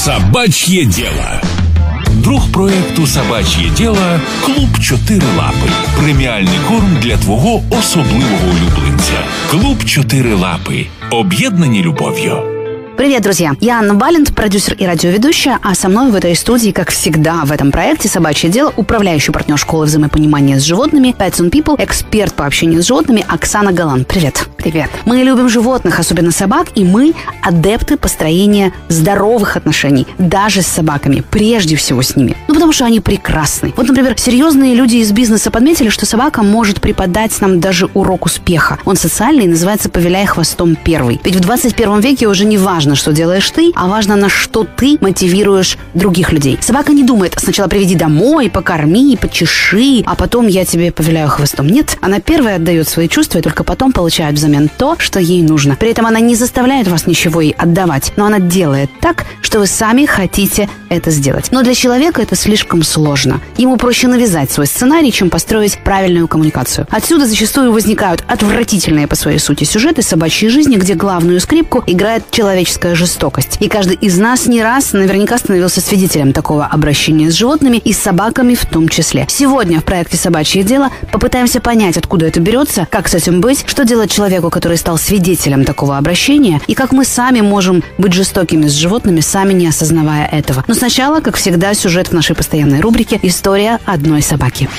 Собачье дело. Друг проекту «Собач'є діло» – Клуб «Чотири лапи». Преміальний корм для твого особливого улюбленця. Клуб «Чотири лапи». Об'єднані любов'ю. Привет, друзья! Я Анна Балент, продюсер и радиоведущая, а со мной в этой студии, как всегда в этом проекте «Собачье дело», управляющий партнер школы взаимопонимания с животными Pets on People, эксперт по общению с животными Оксана Галан. Привет! Привет! Мы любим животных, особенно собак, и мы адепты построения здоровых отношений, даже с собаками, прежде всего с ними. Потому что они прекрасны. Вот, например, серьезные люди из бизнеса подметили, что собака может преподать нам даже урок успеха. Он социальный и называется «Повиляй хвостом первый». Ведь в 21 веке уже не важно, что делаешь ты, а важно, на что ты мотивируешь других людей. Собака не думает: сначала приведи домой, покорми, почеши, а потом я тебе повиляю хвостом. Нет, она первая отдает свои чувства и только потом получает взамен то, что ей нужно. При этом она не заставляет вас ничего ей отдавать, но она делает так, что вы сами хотите это сделать. Но для человека это слишком сложно. Ему проще навязать свой сценарий, чем построить правильную коммуникацию. Отсюда зачастую возникают отвратительные по своей сути сюжеты собачьей жизни, где главную скрипку играет человеческая жестокость. И каждый из нас не раз наверняка становился свидетелем такого обращения с животными и с собаками в том числе. Сегодня в проекте «Собачье дело» попытаемся понять, откуда это берется, как с этим быть, что делать человеку, который стал свидетелем такого обращения, и как мы сами можем быть жестокими с животными, сами не осознавая этого. Но сначала, как всегда, сюжет в нашей постоянной рубрике «История одной собаки».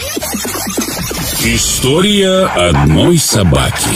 История одной собаки.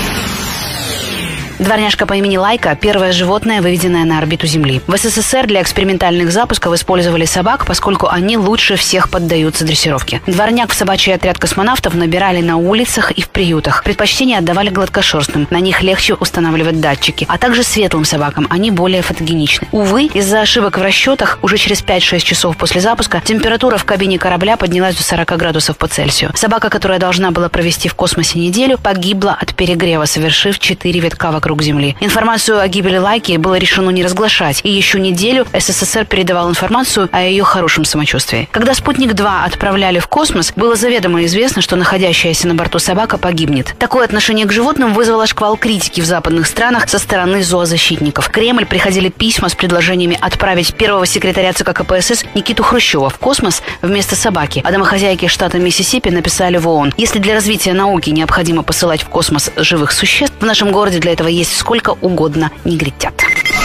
Дворняжка по имени Лайка – первое животное, выведенное на орбиту Земли. В СССР для экспериментальных запусков использовали собак, поскольку они лучше всех поддаются дрессировке. Дворняк в собачий отряд космонавтов набирали на улицах и в приютах. Предпочтение отдавали гладкошерстным, на них легче устанавливать датчики, а также светлым собакам, они более фотогеничны. Увы, из-за ошибок в расчетах уже через 5-6 часов после запуска температура в кабине корабля поднялась до 40 градусов по Цельсию. Собака, которая должна была провести в космосе неделю, погибла от перегрева, совершив 4 витка вокруг Земли. Информацию о гибели Лайки было решено не разглашать, и еще неделю СССР передавал информацию о ее хорошем самочувствии. Когда «Спутник-2» отправляли в космос, было заведомо известно, что находящаяся на борту собака погибнет. Такое отношение к животным вызвало шквал критики в западных странах со стороны зоозащитников. В Кремль приходили письма с предложениями отправить первого секретаря ЦК КПСС Никиту Хрущева в космос вместо собаки, а домохозяйки штата Миссисипи написали в ООН: если для развития науки необходимо посылать в космос живых существ, в нашем городе для этого есть сколько угодно негритят.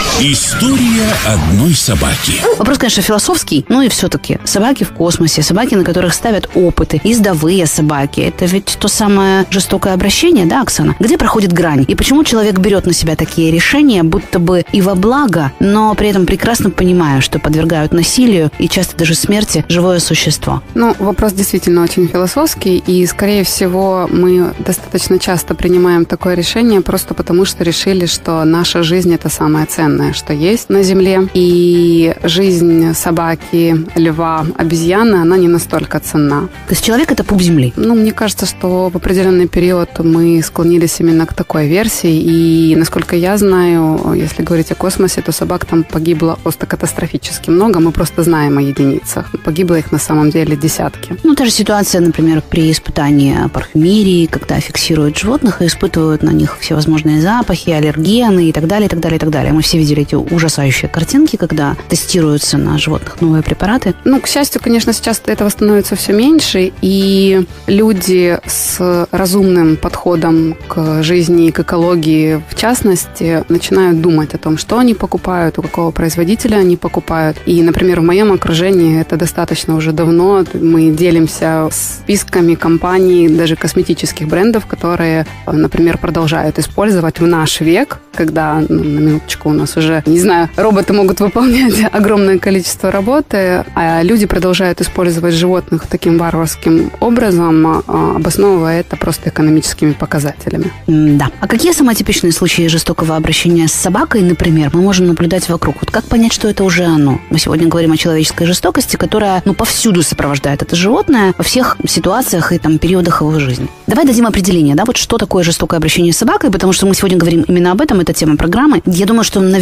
История одной собаки. Вопрос, конечно, философский, но и все-таки собаки в космосе, собаки, на которых ставят опыты, ездовые собаки. Это ведь то самое жестокое обращение, да, Оксана? Где проходит грань? И почему человек берет на себя такие решения, будто бы и во благо, но при этом прекрасно понимая, что подвергают насилию и часто даже смерти живое существо? Вопрос действительно очень философский, и, скорее всего, мы достаточно часто принимаем такое решение просто потому, что решили, что наша жизнь – это самое ценное, что есть на Земле, и жизнь собаки, льва, обезьяны, она не настолько ценна. То есть человек – это пуп Земли? Мне кажется, что в определенный период мы склонились именно к такой версии, и, насколько я знаю, если говорить о космосе, то собак там погибло просто катастрофически много, мы просто знаем о единицах. Погибло их на самом деле десятки. Та же ситуация, например, при испытании парфюмерии, когда фиксируют животных и испытывают на них всевозможные запахи, аллергены и так далее, и так далее, и так далее. Мы все видели эти ужасающие картинки, когда тестируются на животных новые препараты. К счастью, конечно, сейчас этого становится все меньше, и люди с разумным подходом к жизни и к экологии, в частности, начинают думать о том, что они покупают, у какого производителя они покупают. И, например, в моем окружении это достаточно уже давно. Мы делимся списками компаний, даже косметических брендов, которые, например, продолжают использовать в наш век, когда, на минуточку, у нас уже, не знаю, роботы могут выполнять огромное количество работы, а люди продолжают использовать животных таким варварским образом, обосновывая это просто экономическими показателями. Да. А какие самые типичные случаи жестокого обращения с собакой, например, мы можем наблюдать вокруг? Как понять, что это уже оно? Мы сегодня говорим о человеческой жестокости, которая, повсюду сопровождает это животное во всех ситуациях и периодах его жизни. Давай дадим определение, что такое жестокое обращение с собакой, потому что мы сегодня говорим именно об этом, это тема программы. Я думаю, что, наверное,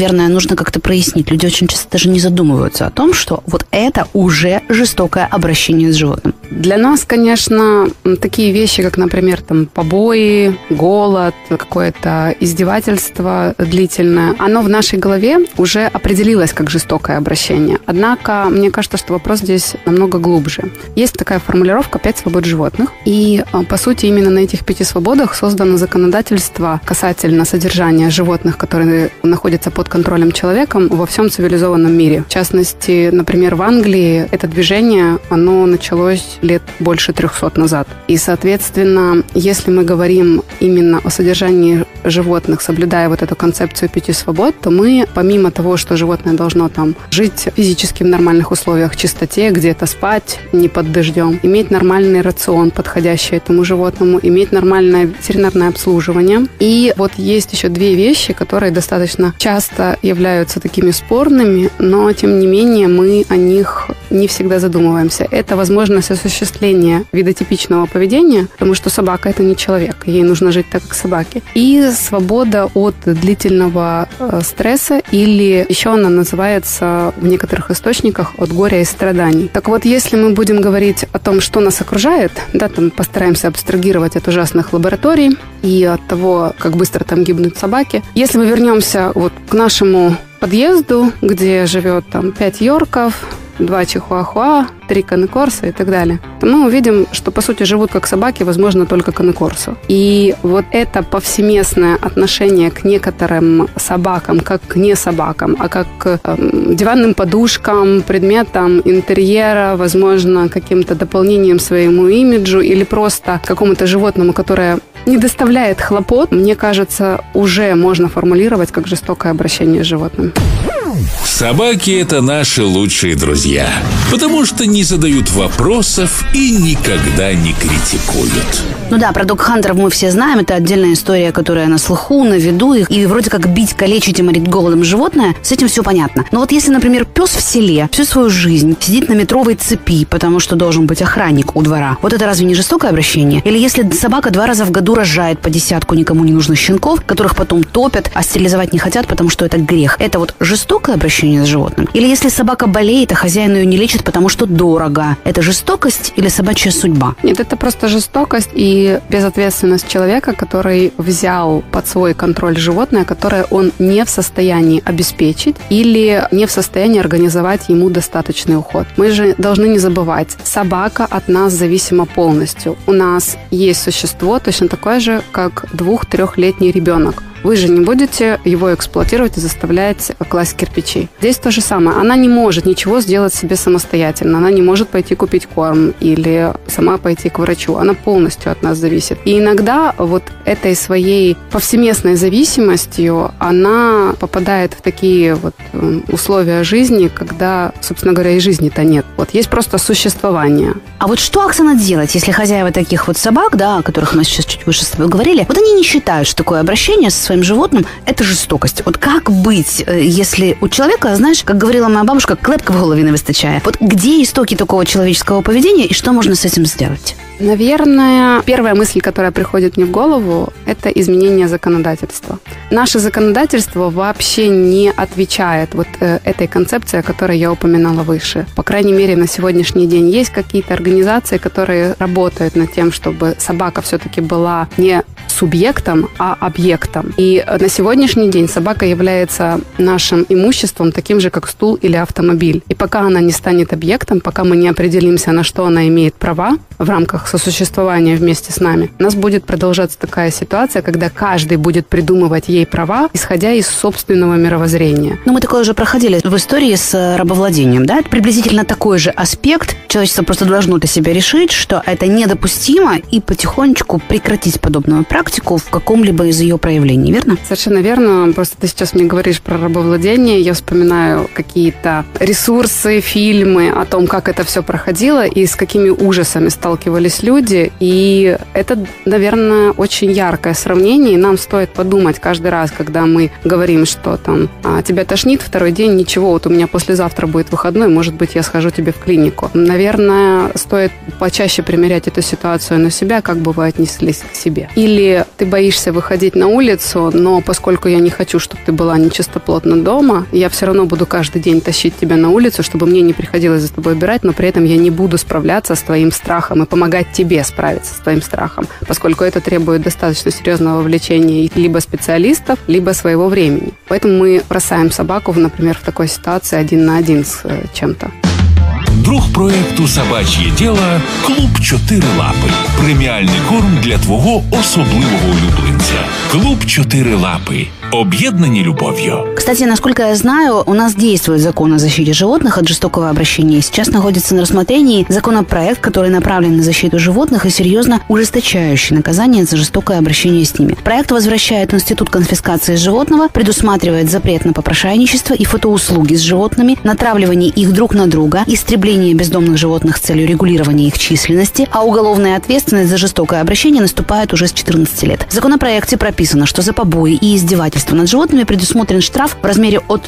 наверное, нужно как-то прояснить. Люди очень часто даже не задумываются о том, что вот это уже жестокое обращение с животным. Для нас, конечно, такие вещи, как, например, там, побои, голод, какое-то издевательство длительное, оно в нашей голове уже определилось как жестокое обращение. Однако, мне кажется, что вопрос здесь намного глубже. Есть такая формулировка «5 свобод животных». И, по сути, именно на этих 5 свободах создано законодательство касательно содержания животных, которые находятся под контролем человека во всем цивилизованном мире. В частности, например, в Англии это движение, оно началось лет больше 300 назад. И, соответственно, если мы говорим именно о содержании животных, соблюдая вот эту концепцию 5 свобод, то мы, помимо того, что животное должно там жить физически в нормальных условиях, в чистоте, где-то спать, не под дождем, иметь нормальный рацион, подходящий этому животному, иметь нормальное ветеринарное обслуживание. И вот есть еще 2 вещи, которые достаточно часто являются такими спорными, но, тем не менее, мы о них не всегда задумываемся. Это возможность осуществления видотипичного поведения, потому что собака – это не человек, ей нужно жить так, как собаки. И свобода от длительного стресса, или еще она называется в некоторых источниках от горя и страданий. Так вот, если мы будем говорить о том, что нас окружает, да, там постараемся абстрагировать от ужасных лабораторий и от того, как быстро там гибнут собаки. Если мы вернемся вот к нашему подъезду, где живет там 5 йорков, 2 чихуахуа, 3 канекорса и так далее, то мы увидим, что, по сути, живут как собаки, возможно, только канекорсу. И вот это повсеместное отношение к некоторым собакам, как к не собакам, а как к диванным подушкам, предметам интерьера, возможно, каким-то дополнением своему имиджу или просто какому-то животному, которое не доставляет хлопот, мне кажется, уже можно формулировать как жестокое обращение с животным. Собаки – это наши лучшие друзья, потому что не задают вопросов и никогда не критикуют. Ну да, про догхантеров мы все знаем. Это отдельная история, которая на слуху, на виду. И вроде как бить, калечить и морить голодом животное, с этим все понятно. Но вот если, например, пес в селе всю свою жизнь сидит на метровой цепи, потому что должен быть охранник у двора, вот это разве не жестокое обращение? Или если собака 2 раза в году рожает по 10 никому не нужных щенков, которых потом топят, а стерилизовать не хотят, потому что это грех. Это вот жестокое обращение с животным? Или если собака болеет, а хозяин ее не лечит, потому что дорого, это жестокость или собачья судьба? Нет, это просто жестокость и безответственность человека, который взял под свой контроль животное, которое он не в состоянии обеспечить или не в состоянии организовать ему достаточный уход. Мы же должны не забывать, собака от нас зависима полностью. У нас есть существо точно такое же, как 2-3-летний ребенок. Вы же не будете его эксплуатировать и заставлять класть кирпичи. Здесь то же самое. Она не может ничего сделать себе самостоятельно. Она не может пойти купить корм или сама пойти к врачу. Она полностью от нас зависит. И иногда вот этой своей повсеместной зависимостью она попадает в такие вот условия жизни, когда, собственно говоря, и жизни-то нет. Вот есть просто существование. А вот что, Оксана, делать, если хозяева таких вот собак, да, о которых мы сейчас чуть выше с тобой говорили, вот они не считают, что такое обращение со своим животным – это жестокость. Вот как быть, если у человека, знаешь, как говорила моя бабушка, клепка в голове не выстачает. Вот где истоки такого человеческого поведения и что можно с этим сделать? Наверное, первая мысль, которая приходит мне в голову, это изменение законодательства. Наше законодательство вообще не отвечает вот этой концепции, о которой я упоминала выше. По крайней мере, на сегодняшний день есть какие-то организации, которые работают над тем, чтобы собака все-таки была не субъектом, а объектом. И на сегодняшний день собака является нашим имуществом, таким же, как стул или автомобиль. И пока она не станет объектом, пока мы не определимся, на что она имеет права в рамках сосуществования вместе с нами, у нас будет продолжаться такая ситуация, когда каждый будет придумывать ей права, исходя из собственного мировоззрения. Но мы такое уже проходили в истории с рабовладением, да? Это приблизительно такой же аспект. Человечество просто должно для себя решить, что это недопустимо, и потихонечку прекратить подобную практику в каком-либо из ее проявлений, верно? Совершенно верно. Просто ты сейчас мне говоришь про рабовладение, я вспоминаю какие-то ресурсы, фильмы о том, как это все проходило и с какими ужасами сталкивались есть люди, и это, наверное, очень яркое сравнение, и нам стоит подумать каждый раз, когда мы говорим, что там тебя тошнит второй день, ничего, вот у меня послезавтра будет выходной, может быть, я схожу тебе в клинику. Наверное, стоит почаще примерять эту ситуацию на себя, как бы вы отнеслись к себе. Или ты боишься выходить на улицу, но поскольку я не хочу, чтобы ты была нечистоплотна дома, я все равно буду каждый день тащить тебя на улицу, чтобы мне не приходилось за тобой убирать, но при этом я не буду справляться с твоим страхом и помогать тебе справиться с твоим страхом, поскольку это требует достаточно серьезного вовлечения либо специалистов, либо своего времени. Поэтому мы бросаем собаку, например, в такой ситуации 1 на 1 с чем-то. Друг проекту «Собач'є діло» – Клуб «Чотири лапи». Преміальний корм для твого особливого улюбленця. Клуб «Чотири лапи». Объединены любовью. Кстати, насколько я знаю, у нас действует закон о защите животных от жестокого обращения. Сейчас находится на рассмотрении законопроект, который направлен на защиту животных и серьезно ужесточающий наказание за жестокое обращение с ними. Проект возвращает институт конфискации животного, предусматривает запрет на попрошайничество и фотоуслуги с животными, натравливание их друг на друга, истребление бездомных животных с целью регулирования их численности, а уголовная ответственность за жестокое обращение наступает уже с 14 лет. В законопроекте прописано, что за побои и издевательства над животными предусмотрен штраф в размере от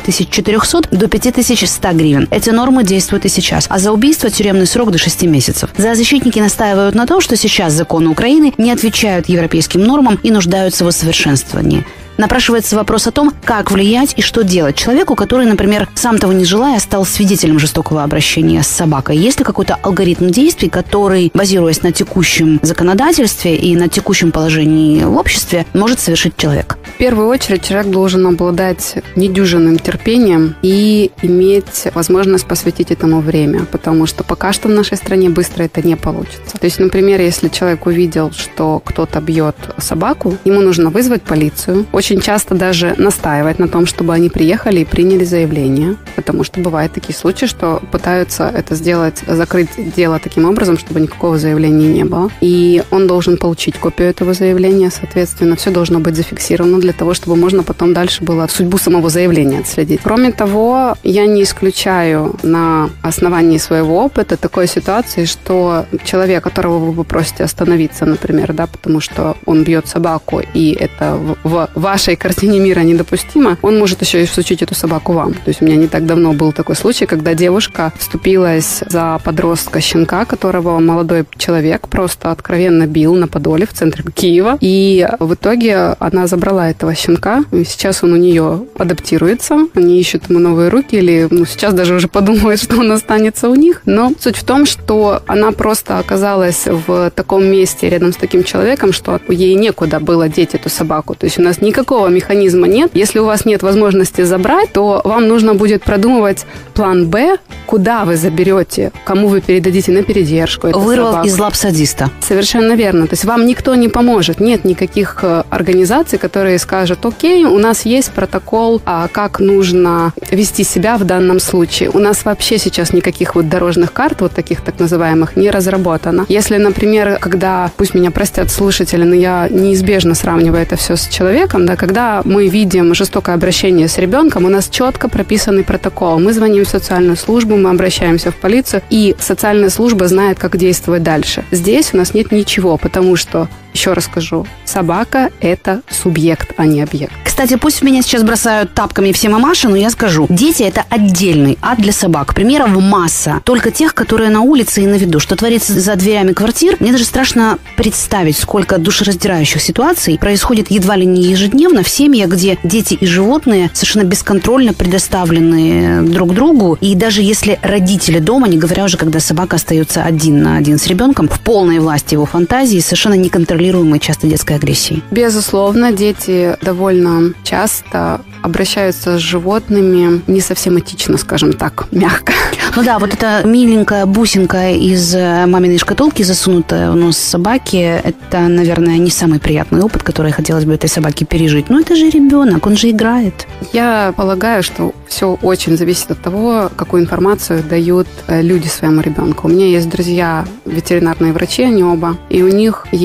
3400 до 5100 гривен. Эти нормы действуют и сейчас. А за убийство тюремный срок до 6 месяцев. Зоозащитники настаивают на том, что сейчас законы Украины не отвечают европейским нормам и нуждаются в усовершенствовании. Напрашивается вопрос о том, как влиять и что делать человеку, который, например, сам того не желая, стал свидетелем жестокого обращения с собакой. Есть ли какой-то алгоритм действий, который, базируясь на текущем законодательстве и на текущем положении в обществе, может совершить человек? В первую очередь человек должен обладать недюжинным терпением и иметь возможность посвятить этому время, потому что пока что в нашей стране быстро это не получится. То есть, например, если человек увидел, что кто-то бьет собаку, ему нужно вызвать полицию, очень часто даже настаивать на том, чтобы они приехали и приняли заявление, потому что бывают такие случаи, что пытаются это сделать, закрыть дело таким образом, чтобы никакого заявления не было. И он должен получить копию этого заявления, соответственно, все должно быть зафиксировано для того, чтобы можно потом дальше было судьбу самого заявления отследить. Кроме того, я не исключаю на основании своего опыта такой ситуации, что человек, которого вы попросите остановиться, например, да, потому что он бьет собаку, и это в вашей картине мира недопустимо, он может еще и всучить эту собаку вам. То есть у меня не так давно был такой случай, когда девушка вступилась за подростка-щенка, которого молодой человек просто откровенно бил на Подоле в центре Киева. И в итоге она забрала этого щенка, и сейчас он у нее адаптируется, они ищут ему новые руки, или сейчас даже уже подумают, что он останется у них. Но суть в том, что она просто оказалась в таком месте рядом с таким человеком, что ей некуда было деть эту собаку. То есть у нас никакого механизма нет. Если у вас нет возможности забрать, то вам нужно будет продумывать план «Б», куда вы заберете, кому вы передадите на передержку эту Вырвал собаку. из лап садиста. Совершенно верно. То есть вам никто не поможет. Нет никаких организаций, которые скажут: окей, у нас есть протокол, как нужно вести себя в данном случае. У нас вообще сейчас никаких вот дорожных карт, вот таких так называемых, не разработано. Если, например, когда, пусть меня простят слушатели, но я неизбежно сравниваю это все с человеком, да, когда мы видим жестокое обращение с ребенком, у нас четко прописанный протокол. Мы звоним в социальную службу, мы обращаемся в полицию, и социальная служба знает, как действовать дальше. Здесь у нас нет ничего, потому что, еще раз скажу, собака – это субъект, а не объект. Кстати, пусть меня сейчас бросают тапками все мамаши, но я скажу, дети – это отдельный ад для собак. Примеров масса. Только тех, которые на улице и на виду. Что творится за дверями квартир, мне даже страшно представить, сколько душераздирающих ситуаций происходит едва ли не ежедневно в семьях, где дети и животные совершенно бесконтрольно предоставлены друг другу. И даже если родители дома, не говоря уже, когда собака остается 1 на 1 с ребенком, в полной власти его фантазии, совершенно неконтролируемой часто детской агрессии. Безусловно, дети довольно часто обращаются с животными не совсем этично, скажем так, мягко. Ну да, вот эта миленькая бусинка из маминой шкатулки, засунутая в нос собаки, это, наверное, не самый приятный опыт, который хотелось бы этой собаке пережить. Но это же ребенок, он же играет. Я полагаю, что все очень зависит от того, какую информацию дают люди своему ребенку. У меня есть друзья, ветеринарные врачи, они оба, и у них есть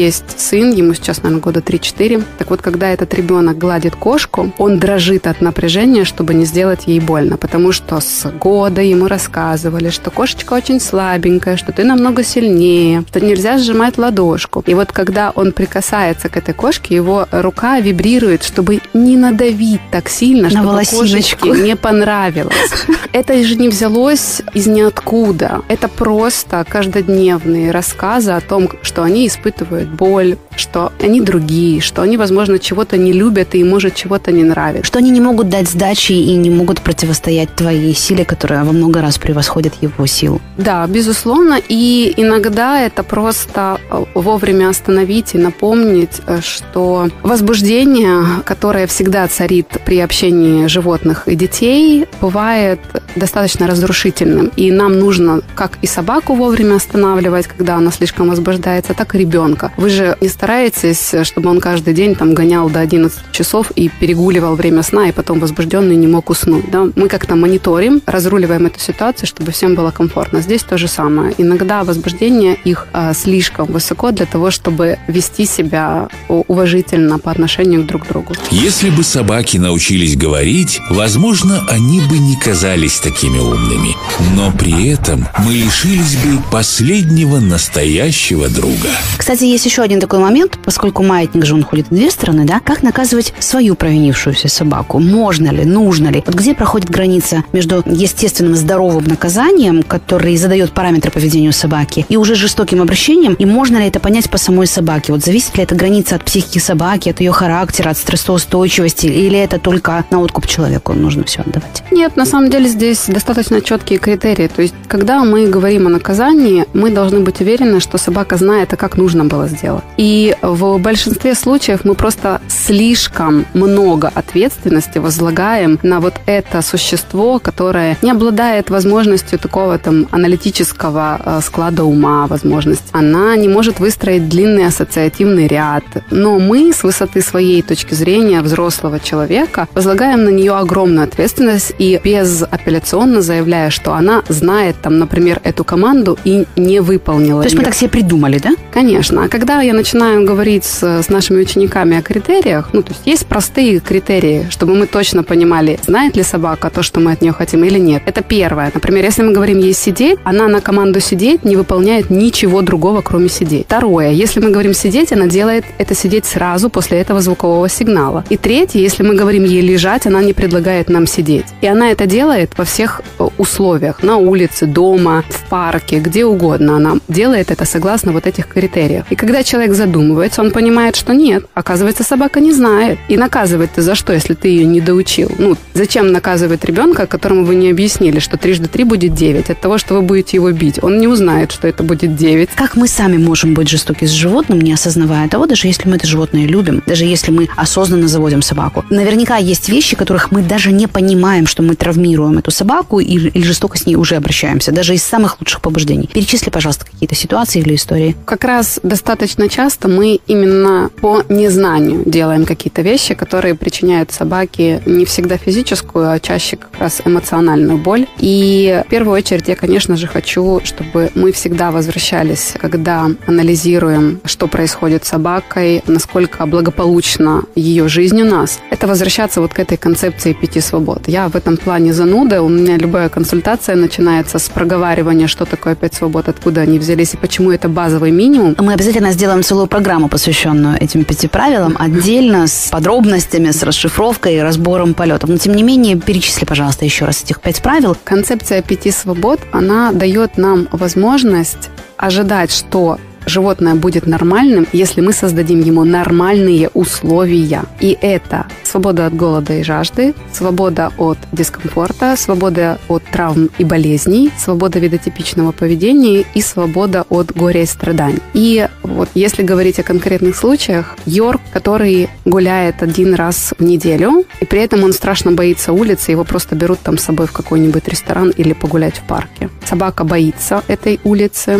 сын, ему сейчас, наверное, года 3-4. Так вот, когда этот ребенок гладит кошку, он дрожит от напряжения, чтобы не сделать ей больно, потому что с года ему рассказывали, что кошечка очень слабенькая, что ты намного сильнее, что нельзя сжимать ладошку. И вот когда он прикасается к этой кошке, его рука вибрирует, чтобы не надавить так сильно, чтобы кошечке не понравилось. Это же не взялось из ниоткуда. Это просто каждодневные рассказы о том, что они испытывают боль, что они другие, что они, возможно, чего-то не любят и, может, чего-то не нравится. Что они не могут дать сдачи и не могут противостоять твоей силе, которая во много раз превосходит его силу. Да, безусловно. И иногда это просто вовремя остановить и напомнить, что возбуждение, которое всегда царит при общении животных и детей, бывает достаточно разрушительным. И нам нужно как и собаку вовремя останавливать, когда она слишком возбуждается, так и ребенка. Вы же не стараетесь, чтобы он каждый день там гонял до 11 часов и перегуливал время сна, и потом возбужденный не мог уснуть. Да? Мы как-то мониторим, разруливаем эту ситуацию, чтобы всем было комфортно. Здесь то же самое. Иногда возбуждение их слишком высоко для того, чтобы вести себя уважительно по отношению друг к другу. Если бы собаки научились говорить, возможно, они бы не казались такими умными. Но при этом мы лишились бы последнего настоящего друга. Кстати, есть еще один такой момент, поскольку маятник же он ходит в две стороны, да? Как наказывать свою провинившуюся собаку? Можно ли, нужно ли? Вот где проходит граница между естественным здоровым наказанием, который задает параметры поведению собаки, и уже жестоким обращением, и можно ли это понять по самой собаке? Вот зависит ли эта граница от психики собаки, от ее характера, от стрессоустойчивости, или это только на откуп человеку нужно все отдавать? Нет, на самом деле здесь достаточно четкие критерии. То есть, когда мы говорим о наказании, мы должны быть уверены, что собака знает, как нужно было сделать. И в большинстве случаев мы просто слишком много ответственности возлагаем на вот это существо, которое не обладает возможностью такого там аналитического склада ума, возможность. Она не может выстроить длинный ассоциативный ряд. Но мы с высоты своей точки зрения взрослого человека возлагаем на нее огромную ответственность и безапелляционно заявляя, что она знает, там, например, эту команду и не выполнила. То есть мы так себе придумали, да? Конечно. А когда я начинаю говорить с нашими учениками о критериях, то есть простые критерии, чтобы мы точно понимали, знает ли собака то, что мы от нее хотим или нет. Это первое. Например, если мы говорим ей сидеть, она на команду сидеть не выполняет ничего другого, кроме сидеть. Второе. Если мы говорим сидеть, она делает это сидеть сразу после этого звукового сигнала. И третье. Если мы говорим ей лежать, она не предлагает нам сидеть. И она это делает во всех условиях. На улице, дома, в парке, где угодно. Она делает это согласно вот этих критериях. И когда человек задумывается, он понимает, что нет. Оказывается, собака не знает. И наказывать ты за что, если ты ее не доучил? Зачем наказывать ребенка, которому вы не объяснили, что 3 × 3 будет 9? От того, что вы будете его бить, он не узнает, что это будет 9. Как мы сами можем быть жестоки с животным, не осознавая того, даже если мы это животное любим, даже если мы осознанно заводим собаку? Наверняка есть вещи, которых мы даже не понимаем, что мы травмируем эту собаку или жестоко с ней уже обращаемся, даже из самых лучших побуждений. Перечисли, пожалуйста, какие-то ситуации или истории. Как раз достаточно часто мы именно по незнанию делаем какие-то вещи, которые причиняют собаке не всегда физическую, а чаще как раз эмоциональную боль. И в первую очередь я, конечно же, хочу, чтобы мы всегда возвращались, когда анализируем, что происходит с собакой, насколько благополучна ее жизнь у нас. Это возвращаться вот к этой концепции 5 свобод. Я в этом плане зануда. У меня любая консультация начинается с проговаривания, что такое 5 свобод, откуда они взялись и почему это базовый минимум. Мы обязательно сделаем целую программу, посвященную этим 5 правилам, отдельно с подробностями, с расшифровкой и разбором полетов. Но, тем не менее, перечисли, пожалуйста, еще раз этих 5 правил. Концепция 5 свобод, она дает нам возможность ожидать, что животное будет нормальным, если мы создадим ему нормальные условия. И это свобода от голода и жажды, свобода от дискомфорта, свобода от травм и болезней, свобода видотипичного поведения и свобода от горя и страданий. И вот если говорить о конкретных случаях, Йорк, который гуляет 1 раз в неделю, и при этом он страшно боится улицы, его просто берут там с собой в какой-нибудь ресторан или погулять в парке. Собака боится этой улицы,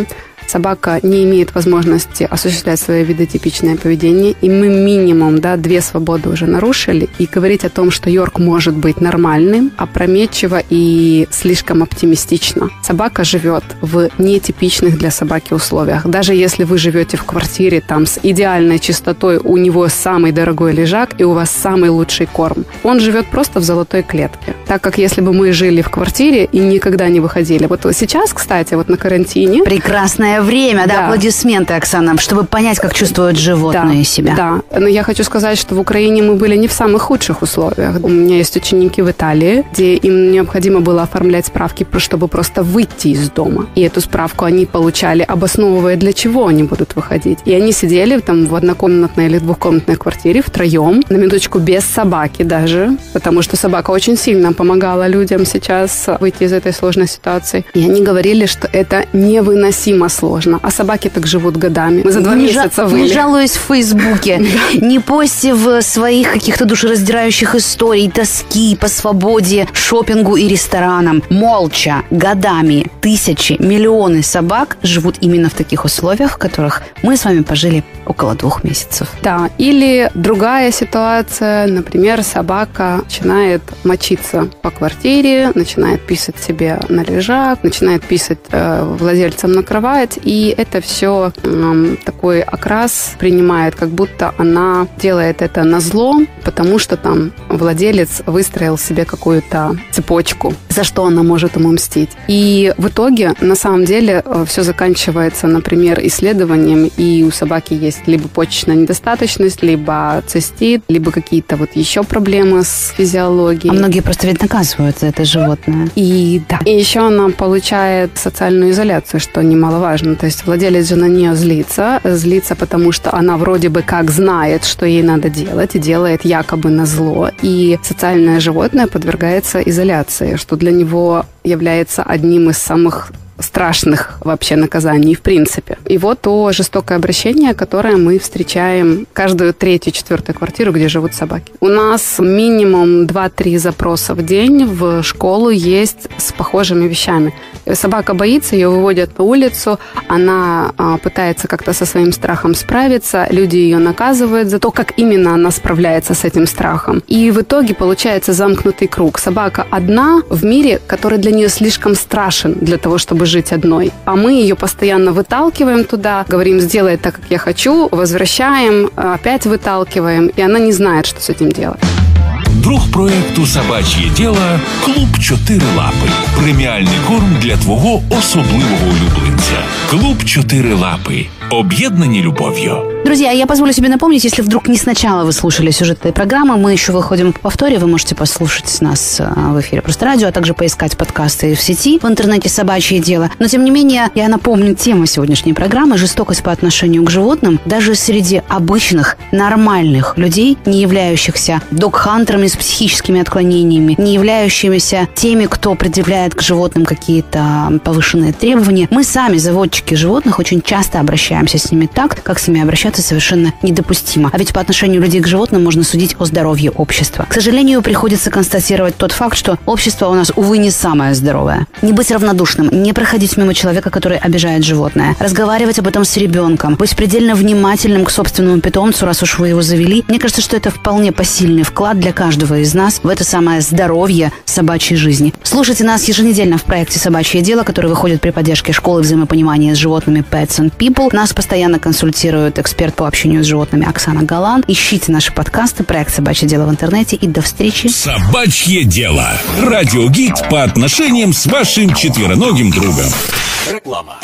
собака не имеет возможности осуществлять свое видотипичное поведение, и мы минимум, 2 свободы уже нарушили, и говорить о том, что Йорк может быть нормальным, опрометчиво и слишком оптимистично. Собака живет в нетипичных для собаки условиях. Даже если вы живете в квартире там с идеальной чистотой, у него самый дорогой лежак и у вас самый лучший корм. Он живет просто в золотой клетке. Так как если бы мы жили в квартире и никогда не выходили. Вот сейчас, кстати, вот на карантине... Прекрасное время, да, аплодисменты, Оксана, чтобы понять, как чувствуют животные себя. Да, но я хочу сказать, что в Украине мы были не в самых худших условиях. У меня есть ученики в Италии, где им необходимо было оформлять справки, чтобы просто выйти из дома. И эту справку они получали, обосновывая, для чего они будут выходить. И они сидели там в однокомнатной или двухкомнатной квартире втроем, на минуточку без собаки даже, потому что собака очень сильно помогала людям сейчас выйти из этой сложной ситуации. И они говорили, что это невыносимо сложно. А собаки так живут годами. Мы за 2 месяца выли. Не жалуюсь в Фейсбуке, не посте в своих каких-то душераздирающих историй, тоски по свободе, шопингу и ресторанам. Молча, годами, тысячи, миллионы собак живут именно в таких условиях, в которых мы с вами пожили около 2 месяцев. Да, или другая ситуация, например, собака начинает мочиться по квартире, начинает писать себе на лежак, начинает писать владельцам на кровать, и это все такой окрас принимает, как будто она делает это назло, потому что там владелец выстроил себе какую-то цепочку, за что она может ему мстить. И в итоге, на самом деле, все заканчивается, например, исследованием, и у собаки есть либо почечная недостаточность, либо цистит, либо какие-то вот еще проблемы с физиологией. А многие просто ведь наказывают за это животное. И да. И еще она получает социальную изоляцию, что немаловажно. То есть владелец же на нее злится, потому что она вроде бы как знает, что ей надо делать, и делает якобы назло. И социальное животное подвергается изоляции, что для него является одним из самых страшных вообще наказаний в принципе. И вот то жестокое обращение, которое мы встречаем каждую 3-4 квартиру, где живут собаки. У нас минимум 2-3 запроса в день в школу есть с похожими вещами. Собака боится, ее выводят на улицу, она пытается как-то со своим страхом справиться, люди ее наказывают за то, как именно она справляется с этим страхом. И в итоге получается замкнутый круг. Собака одна в мире, который для нее слишком страшен для того, чтобы жить одной. А мы ее постоянно выталкиваем туда, говорим, сделай так, как я хочу, возвращаем, опять выталкиваем, и она не знает, что с этим делать. Друг проекту «Собачє діло» – Клуб 4 лапи. Преміальний корм для твого особливого улюбленця. Клуб 4 лапи. Объединены любовью. Друзья, я позволю себе напомнить, если вдруг не сначала вы слушали сюжет этой программы, мы еще выходим в повторе, вы можете послушать нас в эфире «Просто радио», а также поискать подкасты в сети, в интернете «Собачье дело». Но, тем не менее, я напомню тему сегодняшней программы – жестокость по отношению к животным даже среди обычных, нормальных людей, не являющихся догхантерами с психическими отклонениями, не являющимися теми, кто предъявляет к животным какие-то повышенные требования. Мы сами, заводчики животных, очень часто обращаемся с ними так, как с ними обращаться совершенно недопустимо. А ведь по отношению людей к животным можно судить о здоровье общества. К сожалению, приходится констатировать тот факт, что общество у нас, увы, не самое здоровое. Не быть равнодушным, не проходить мимо человека, который обижает животное, разговаривать об этом с ребенком, быть предельно внимательным к собственному питомцу, раз уж вы его завели. Мне кажется, что это вполне посильный вклад для каждого из нас в это самое здоровье собачьей жизни. Слушайте нас еженедельно в проекте «Собачье дело», который выходит при поддержке школы взаимопонимания с животными Pets and People. Нас постоянно консультирует эксперт по общению с животными Оксана Галан. Ищите наши подкасты, проект «Собачье дело» в интернете. И до встречи. «Собачье дело». Радиогид по отношениям с вашим четвероногим другом. Реклама.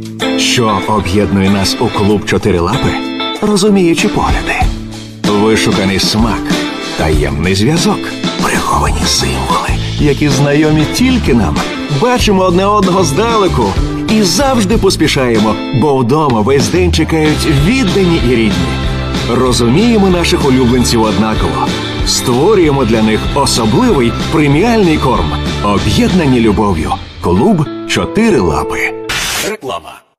Що об'єднує нас у клуб 4 лапи? Розуміючі погляди, вишуканий смак, таємний зв'язок, приховані символи, які знайомі тільки нам. Бачимо одне одного здалеку і завжди поспішаємо, бо вдома весь день чекають віддані і рідні. Розуміємо наших улюбленців однаково. Створюємо для них особливий преміальний корм. Об'єднані любов'ю. Клуб 4 лапи. Реклама.